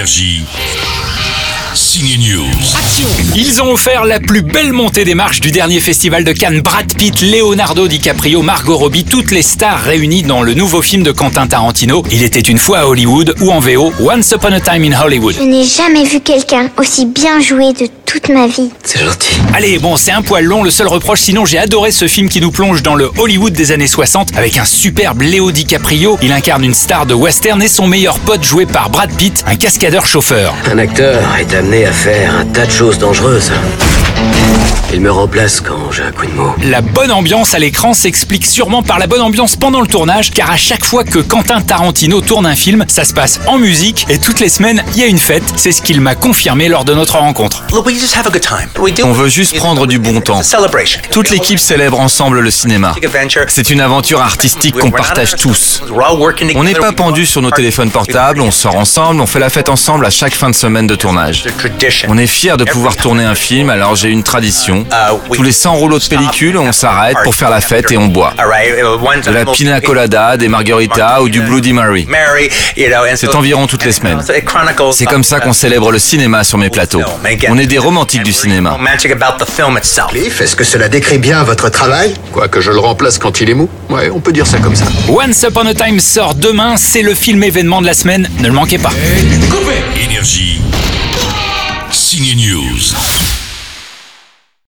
Énergie. Ciné News. Action. Ils ont offert la plus belle montée des marches du dernier festival de Cannes. Brad Pitt, Leonardo DiCaprio, Margot Robbie, toutes les stars réunies dans le nouveau film de Quentin Tarantino. Il était une fois à Hollywood, ou en VO, Once Upon a Time in Hollywood. Je n'ai jamais vu quelqu'un aussi bien joué de toute ma vie. C'est gentil. Allez, bon, c'est un poil long, le seul reproche, sinon j'ai adoré ce film qui nous plonge dans le Hollywood des années 60 avec un superbe Léo DiCaprio. Il incarne une star de western et son meilleur pote joué par Brad Pitt, un cascadeur chauffeur. Un acteur est amené à faire un tas de choses dangereuses. Il me remplace quand j'ai un coup de mot. La bonne ambiance à l'écran s'explique sûrement par la bonne ambiance pendant le tournage, car à chaque fois que Quentin Tarantino tourne un film, ça se passe en musique et toutes les semaines, il y a une fête. C'est ce qu'il m'a confirmé lors de notre rencontre. On veut juste prendre du bon temps. Toute l'équipe célèbre ensemble le cinéma. C'est une aventure artistique qu'on partage tous. On n'est pas pendus sur nos téléphones portables, on sort ensemble, on fait la fête ensemble à chaque fin de semaine de tournage. On est fiers de pouvoir tourner un film, alors j'ai une tradition. Tous les 100 rouleaux de pellicule, on s'arrête pour faire la fête et on boit. De la pina colada, des margaritas ou du Bloody Mary. C'est environ toutes les semaines. C'est comme ça qu'on célèbre le cinéma sur mes plateaux. On est des romantiques du cinéma. Cliff, est-ce que cela décrit bien votre travail? Quoique je le remplace quand il est mou. Ouais, on peut dire ça comme ça. Once Upon a Time sort demain, c'est le film événement de la semaine, ne le manquez pas. Énergie. Ciné News.